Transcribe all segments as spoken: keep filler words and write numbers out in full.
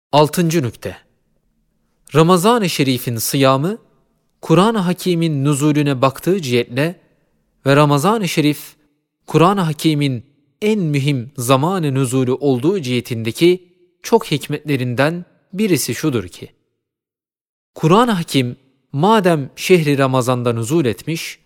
Altıncı nükte. Ramazan-ı Şerif'in sıyamı, Kur'an-ı Hakîm'in nüzulüne baktığı cihetle ve Ramazan-ı Şerif, Kur'an-ı Hakîm'in en mühim zamanı nüzulü olduğu cihetindeki çok hikmetlerinden birisi şudur ki, Kur'an-ı Hakim madem şehri Ramazan'da nüzul etmiş,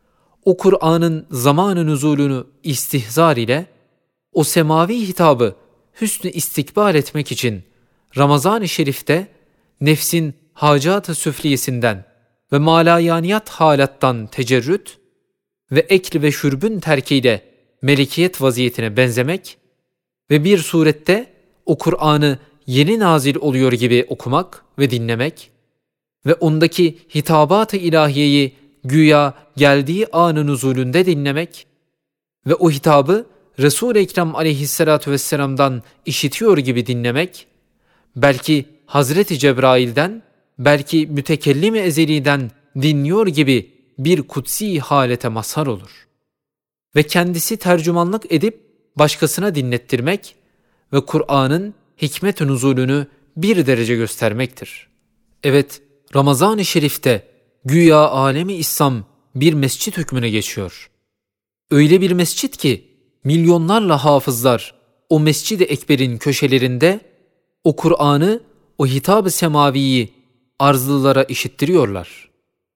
o Kur'an'ın zamanı nüzulünü istihzar ile o semavi hitabı hüsnü istikbal etmek için Ramazan-ı Şerif'te nefsin hacat-ı süfliyesinden ve malayaniyat halattan tecerrüt ve ekl ve şürbün terkiyle melekiyet vaziyetine benzemek ve bir surette o Kur'an'ı yeni nazil oluyor gibi okumak ve dinlemek ve ondaki hitabat-ı ilahiyeyi güya geldiği anı nuzulünde dinlemek ve o hitabı Resul-i Ekrem aleyhissalatu vesselam'dan işitiyor gibi dinlemek, belki Hazreti Cebrail'den, belki mütekellim-i ezeli'den dinliyor gibi bir kutsi halete mazhar olur. Ve kendisi tercümanlık edip başkasına dinlettirmek ve Kur'an'ın hikmet-i nuzulünü bir derece göstermektir. Evet, Ramazan-ı Şerif'te güya alemi İslam bir mescit hükmüne geçiyor. Öyle bir mescit ki milyonlarla hafızlar o Mescid-i Ekber'in köşelerinde o Kur'an'ı, o hitab-ı semaviyi arzlılara işittiriyorlar.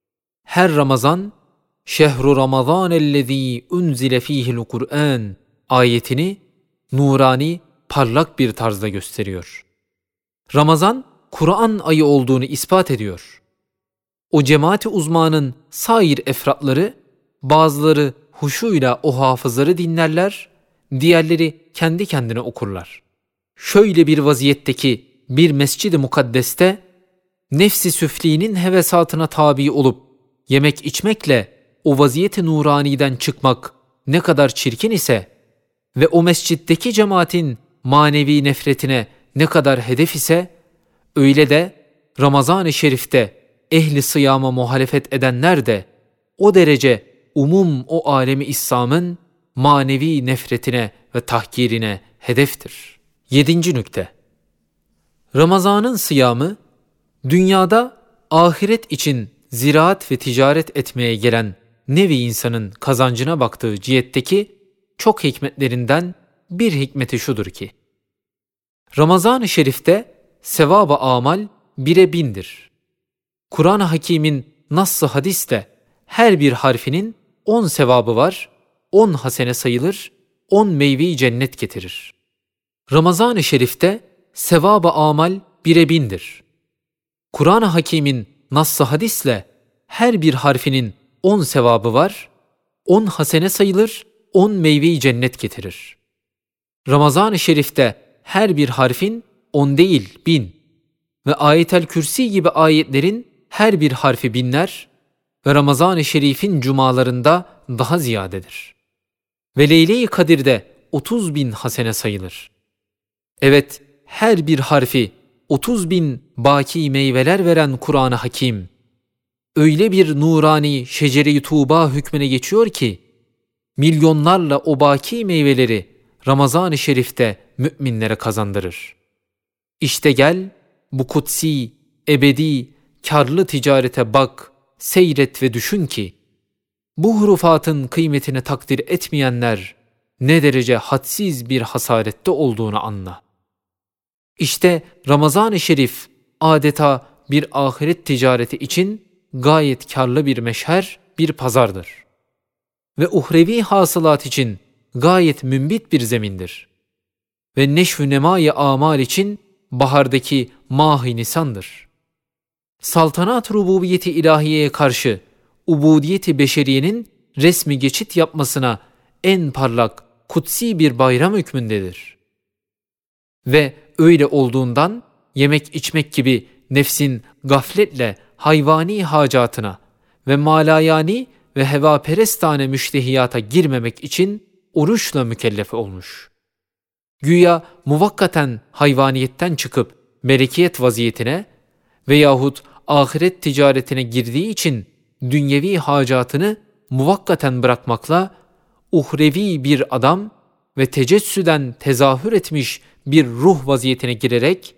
Her Ramazan, şehru ramazanellezî unzile fîhil Kur'an ayetini nurani, parlak bir tarzda gösteriyor. Ramazan, Kur'an ayı olduğunu ispat ediyor. O cemaat-i uzmanın sair efratları, bazıları huşuyla o hafızları dinlerler, diğerleri kendi kendine okurlar. Şöyle bir vaziyetteki bir mescid-i mukaddeste, nefs-i süflinin hevesatına tabi olup, yemek içmekle o vaziyet-i nuraniden çıkmak ne kadar çirkin ise ve o mescitteki cemaatin manevi nefretine ne kadar hedef ise, öyle de Ramazan-ı Şerif'te ehli sıyama muhalefet edenler de o derece umum o alemi İslam'ın manevi nefretine ve tahkirine hedeftir. Yedinci nükte. Ramazan'ın sıyamı, dünyada ahiret için ziraat ve ticaret etmeye gelen nevi insanın kazancına baktığı cihetteki çok hikmetlerinden bir hikmeti şudur ki, Ramazan-ı Şerif'te sevab-ı amal bire bindir. Kur'an-ı Hakîm'in nass-ı hadiste her bir harfinin on sevabı var, on hasene sayılır, on meyve-i cennet getirir. Ramazan-ı Şerif'te sevab-ı amal bire bindir. Kur'an-ı Hakîm'in nass-ı hadisle her bir harfinin on sevabı var, on hasene sayılır, on meyve-i cennet getirir. Ramazan-ı Şerif'te her bir harfin on değil bin ve Ayet-el Kürsi gibi ayetlerin her bir harfi binler ve Ramazan-ı Şerif'in cumalarında daha ziyadedir. Ve Leyle-i Kadir'de otuz bin hasene sayılır. Evet, her bir harfi otuz bin baki meyveler veren Kur'an-ı Hakim, öyle bir nurani şecere-i tuğba hükmüne geçiyor ki, milyonlarla o baki meyveleri Ramazan-ı Şerif'te müminlere kazandırır. İşte gel, bu kutsi, ebedi, karlı ticarete bak, seyret ve düşün ki, bu hurufatın kıymetini takdir etmeyenler ne derece hadsiz bir hasarette olduğunu anla. İşte Ramazan-ı Şerif adeta bir ahiret ticareti için gayet karlı bir meşher, bir pazardır. Ve uhrevi hasılat için gayet mümbit bir zemindir. Ve neşv-ü nemâ-i âmâl için bahardaki mâh-i nisandır. Saltanat rububiyeti ilahiyeye karşı ubudiyeti beşeriyenin resmi geçit yapmasına en parlak, kutsi bir bayram hükmündedir. Ve öyle olduğundan yemek içmek gibi nefsin gafletle hayvani hacatına ve malayani ve hevaperestane müştehiyata girmemek için oruçla mükellef olmuş. Güya muvakkaten hayvaniyetten çıkıp melekiyet vaziyetine veyahut ahiret ticaretine girdiği için dünyevi hacatını muvakkaten bırakmakla uhrevi bir adam ve tecessüden tezahür etmiş bir ruh vaziyetine girerek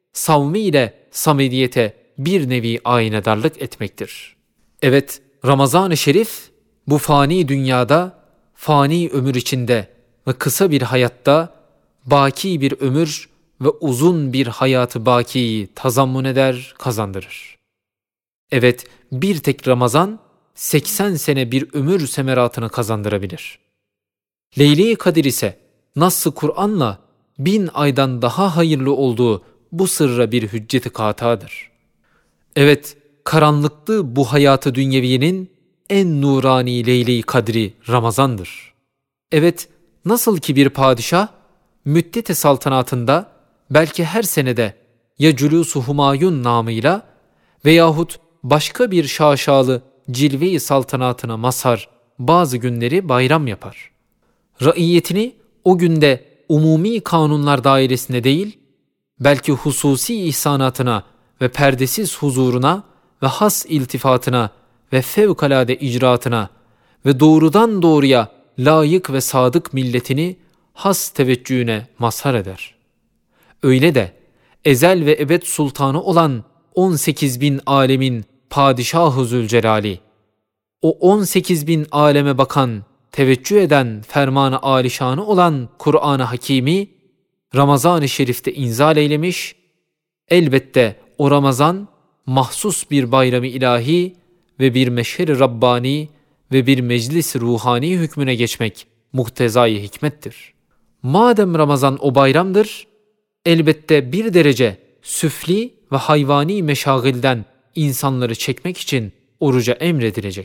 savmi ile samediyete bir nevi aynedarlık etmektir. Evet, Ramazan-ı Şerif bu fani dünyada, fani ömür içinde ve kısa bir hayatta baki bir ömür ve uzun bir hayatı bakiyi tazammun eder, kazandırır. Evet, bir tek Ramazan seksen sene bir ömür semeratını kazandırabilir. Leyle-i Kadir ise Nass-ı Kur'an'la bin aydan daha hayırlı olduğu bu sırra bir hücceti katadır. Evet, karanlıklı bu hayatı dünyeviyenin en nurani Leyle-i Kadri Ramazan'dır. Evet, nasıl ki bir padişah müddet-i saltanatında belki her senede ya Cülûs-u Humayun namıyla veyahut başka bir şaşalı cilve-i saltanatına mazhar bazı günleri bayram yapar. Raiyetini o günde umumi kanunlar dairesinde değil, belki hususi ihsanatına ve perdesiz huzuruna ve has iltifatına ve fevkalade icraatına ve doğrudan doğruya layık ve sadık milletini has teveccühüne mazhar eder. Öyle de ezel ve ebed sultanı olan on sekiz bin alemin Padişah-ı Zülcelali, o on sekiz bin aleme bakan, teveccüh eden ferman-ı alişanı olan Kur'an-ı Hakîm'i Ramazan-ı Şerif'te inzal eylemiş, elbette o Ramazan mahsus bir bayram-ı ilahi ve bir meşher-i Rabbani ve bir meclis-i ruhani hükmüne geçmek muhtezai hikmettir. Madem Ramazan o bayramdır, elbette bir derece süfli ve hayvani meşagilden insanları çekmek için oruca emredilecek.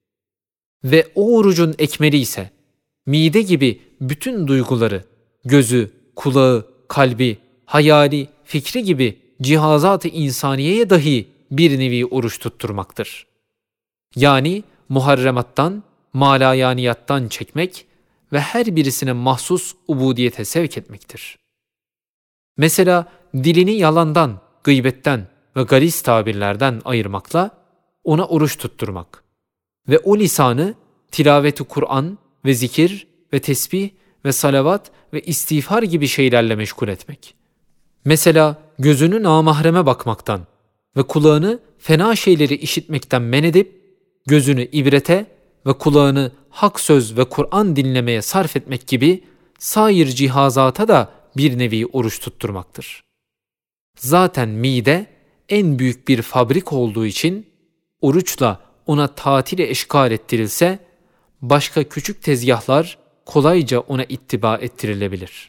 Ve o orucun ekmeli ise mide gibi bütün duyguları, gözü, kulağı, kalbi, hayali, fikri gibi cihazat-ı insaniyeye dahi bir nevi oruç tutturmaktır. Yani muharremattan, malayaniyattan çekmek ve her birisine mahsus ubudiyete sevk etmektir. Mesela dilini yalandan, gıybetten ve galis tabirlerden ayırmakla ona oruç tutturmak ve o lisanı tilaveti Kur'an ve zikir ve tesbih ve salavat ve istiğfar gibi şeylerle meşgul etmek. Mesela gözünü namahreme bakmaktan ve kulağını fena şeyleri işitmekten men edip, gözünü ibrete ve kulağını hak söz ve Kur'an dinlemeye sarf etmek gibi sair cihazata da bir nevi oruç tutturmaktır. Zaten mide en büyük bir fabrik olduğu için oruçla ona tatile eşkal ettirilse, başka küçük tezgahlar kolayca ona ittiba ettirilebilir.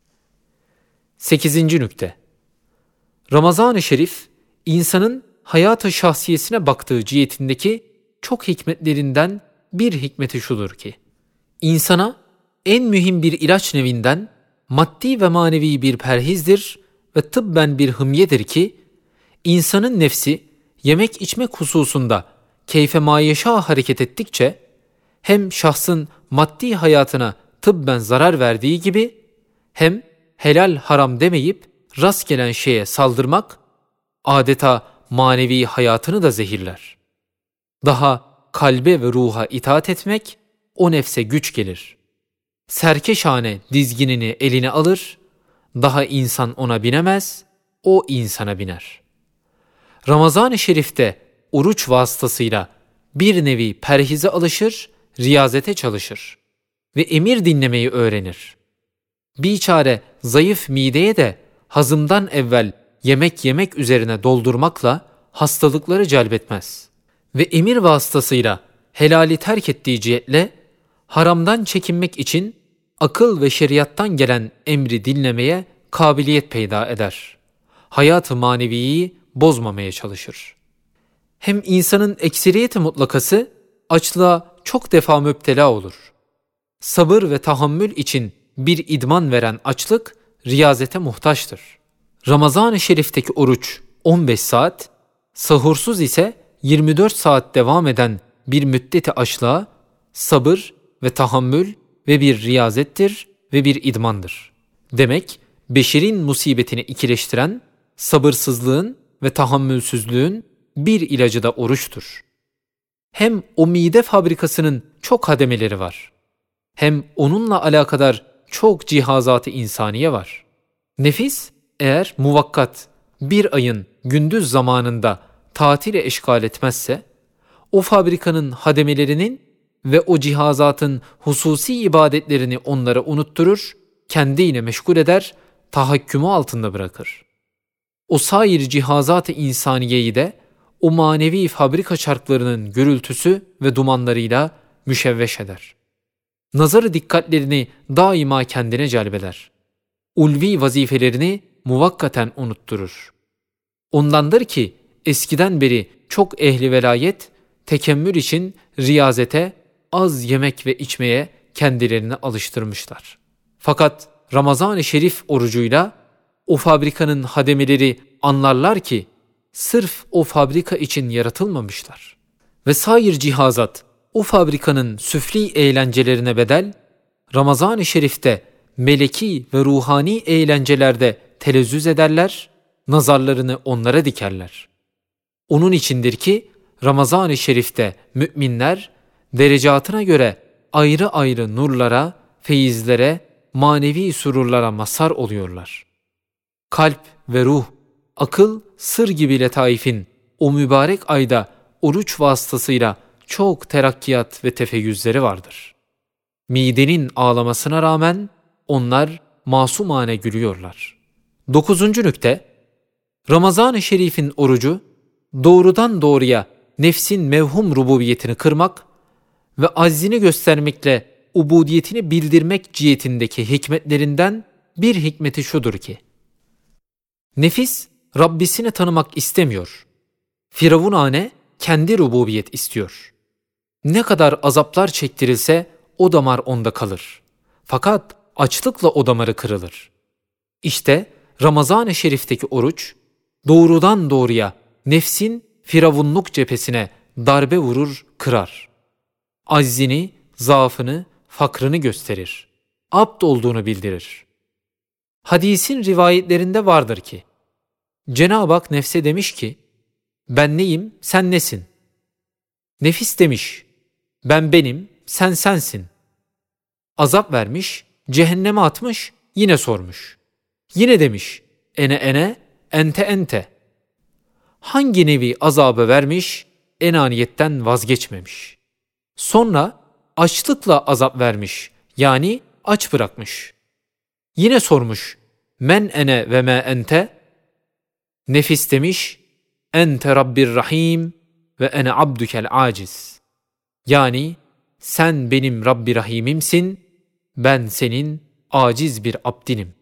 Sekizinci nükte. Ramazan-ı Şerif, insanın hayat-ı şahsiyesine baktığı cihetindeki çok hikmetlerinden bir hikmeti şudur ki, insana en mühim bir ilaç nevinden maddi ve manevi bir perhizdir ve tıbben bir hımyedir ki, insanın nefsi yemek içmek hususunda keyfe mayeşa hareket ettikçe, hem şahsın maddi hayatına tıbben zarar verdiği gibi, hem helal haram demeyip rast gelen şeye saldırmak, adeta manevi hayatını da zehirler. Daha kalbe ve ruha itaat etmek, o nefse güç gelir. Serkeşane dizginini eline alır, daha insan ona binemez, o insana biner. Ramazan-ı Şerif'te oruç vasıtasıyla bir nevi perhize alışır, riyazete çalışır ve emir dinlemeyi öğrenir. Biçare zayıf mideye de hazımdan evvel yemek yemek üzerine doldurmakla hastalıkları celbetmez ve emir vasıtasıyla helali terk ettiği cihetle haramdan çekinmek için akıl ve şeriattan gelen emri dinlemeye kabiliyet peyda eder. Hayat-ı maneviyi bozmamaya çalışır. Hem insanın ekseriyeti mutlakası açlığa çok defa müptela olur. Sabır ve tahammül için bir idman veren açlık riyazete muhtaçtır. Ramazan-ı Şerif'teki oruç on beş saat, sahursuz ise yirmi dört saat devam eden bir müddeti açlığa sabır ve tahammül ve bir riyazettir ve bir idmandır. Demek beşerin musibetini ikileştiren sabırsızlığın ve tahammülsüzlüğün bir ilacı da oruçtur. Hem o mide fabrikasının çok hademeleri var. Hem onunla alakadar çok cihazat-ı insaniye var. Nefis eğer muvakkat bir ayın gündüz zamanında tatile eşgal etmezse, o fabrikanın hademelerinin ve o cihazatın hususi ibadetlerini onlara unutturur, kendiyle meşgul eder, tahakkümü altında bırakır. O sair cihazat-ı insaniyeyi de o manevi fabrika çarklarının gürültüsü ve dumanlarıyla müşevveş eder. Nazarı dikkatlerini daima kendine celbeder. Ulvi vazifelerini muvakkaten unutturur. Ondandır ki eskiden beri çok ehli velayet, tekemmül için riyazete, az yemek ve içmeye kendilerini alıştırmışlar. Fakat Ramazan-ı Şerif orucuyla o fabrikanın hademeleri anlarlar ki sırf o fabrika için yaratılmamışlar. Ve sair cihazat o fabrikanın süfli eğlencelerine bedel, Ramazan-ı Şerif'te meleki ve ruhani eğlencelerde telezzüz ederler, nazarlarını onlara dikerler. Onun içindir ki Ramazan-ı Şerif'te müminler derecatına göre ayrı ayrı nurlara, feyizlere, manevi sururlara mazhar oluyorlar. Kalp ve ruh, akıl, sır gibi letaifin o mübarek ayda oruç vasıtasıyla çok terakkiyat ve tefeyyüzleri vardır. Midenin ağlamasına rağmen onlar masumane gülüyorlar. Dokuzuncu nükte, Ramazan-ı Şerif'in orucu doğrudan doğruya nefsin mevhum rububiyetini kırmak ve aczini göstermekle ubudiyetini bildirmek cihetindeki hikmetlerinden bir hikmeti şudur ki, nefis Rabbisini tanımak istemiyor. Firavunane kendi rububiyet istiyor. Ne kadar azaplar çektirilse o damar onda kalır. Fakat açlıkla o damarı kırılır. İşte Ramazan-ı Şerif'teki oruç doğrudan doğruya nefsin firavunluk cephesine darbe vurur, kırar. Aczini, zaafını, fakrını gösterir. Abd olduğunu bildirir. Hadisin rivayetlerinde vardır ki, Cenab-ı Hak nefse demiş ki, ben neyim, sen nesin? Nefis demiş, ben benim, sen sensin. Azap vermiş, cehenneme atmış, yine sormuş. Yine demiş, ene ene, ente ente. Hangi nevi azabı vermiş, enaniyetten vazgeçmemiş. Sonra açlıkla azap vermiş, yani aç bırakmış. Yine sormuş, men ene ve me ente? Nefis demiş, ente Rabbir Rahim ve ene abdükel aciz. Yani sen benim Rabbi Rahim'imsin, ben senin aciz bir abdinim.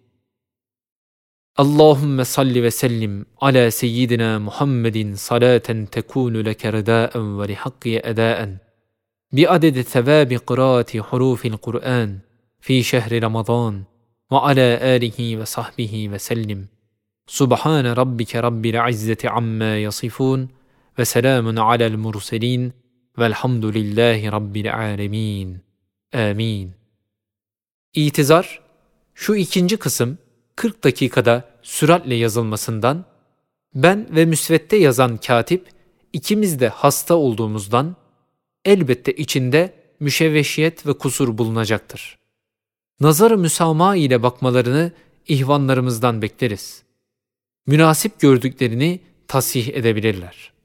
Allahümme salli ve sellim ala seyyidina Muhammedin salaten tekunu leke rıdaen ve lihakkiye edaen bi adedi tevabi kıraati hurufil Kur'an fi şehri Ramazan ve ala alihi ve sahbihi ve sellim. Subhane rabbike rabbil izzeti amma yasifun ve selamun alel murselin velhamdülillahi rabbil alemin. Amin. İtizar, şu ikinci kısım kırk dakikada süratle yazılmasından, ben ve müsvedde yazan katip ikimiz de hasta olduğumuzdan, elbette içinde müşevveşiyet ve kusur bulunacaktır. Nazar-ı müsamaha ile bakmalarını ihvanlarımızdan bekleriz. Münasip gördüklerini tasih edebilirler.